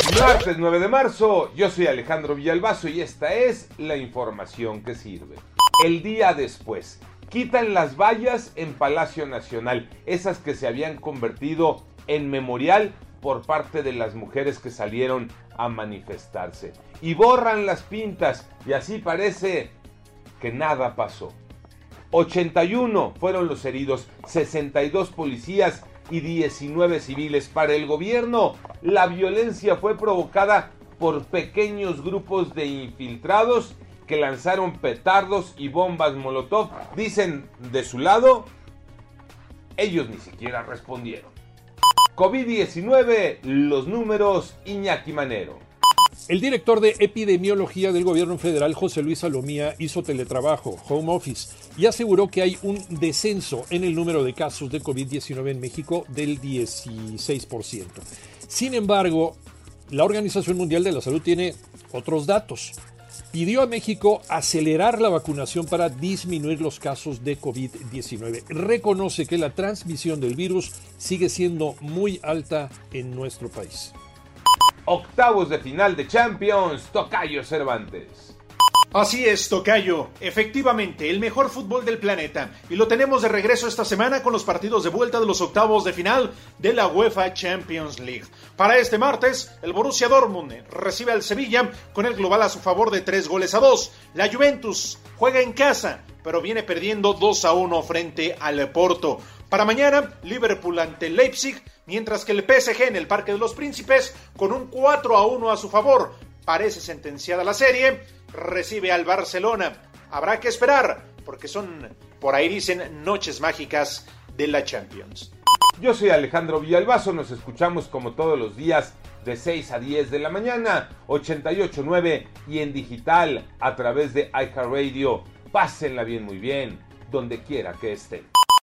Martes 9 de marzo, yo soy Alejandro Villalbazo y esta es la información que sirve. El día después, quitan las vallas en Palacio Nacional, esas que se habían convertido en memorial por parte de las mujeres que salieron a manifestarse. Y borran las pintas y así parece que nada pasó. 81 fueron los heridos, 62 policías y 19 civiles. Para el gobierno, la violencia fue provocada por pequeños grupos de infiltrados que lanzaron petardos y bombas molotov. Dicen de su lado, ellos ni siquiera respondieron. COVID-19, los números, Iñaki Manero. El director de epidemiología del gobierno federal, José Luis Salomía, hizo teletrabajo, home office, y aseguró que hay un descenso en el número de casos de COVID-19 en México del 16%. Sin embargo, la Organización Mundial de la Salud tiene otros datos. Pidió a México acelerar la vacunación para disminuir los casos de COVID-19. Reconoce que la transmisión del virus sigue siendo muy alta en nuestro país. Octavos de final de Champions, Tocayo Cervantes. Así es, Tocayo. Efectivamente, el mejor fútbol del planeta. Y lo tenemos de regreso esta semana con los partidos de vuelta de los octavos de final de la UEFA Champions League. Para este martes, el Borussia Dortmund recibe al Sevilla con el global a su favor de 3-2. La Juventus juega en casa, pero viene perdiendo 2-1 frente al Porto. Para mañana, Liverpool ante Leipzig, mientras que el PSG en el Parque de los Príncipes, con un 4-1 a su favor, parece sentenciada la serie, recibe al Barcelona. Habrá que esperar, porque son, por ahí dicen, noches mágicas de la Champions. Yo soy Alejandro Villalbazo, nos escuchamos como todos los días de 6 a 10 de la mañana, 88.9 y en digital a través de iHeartRadio. Pásenla bien, muy bien, donde quiera que estén.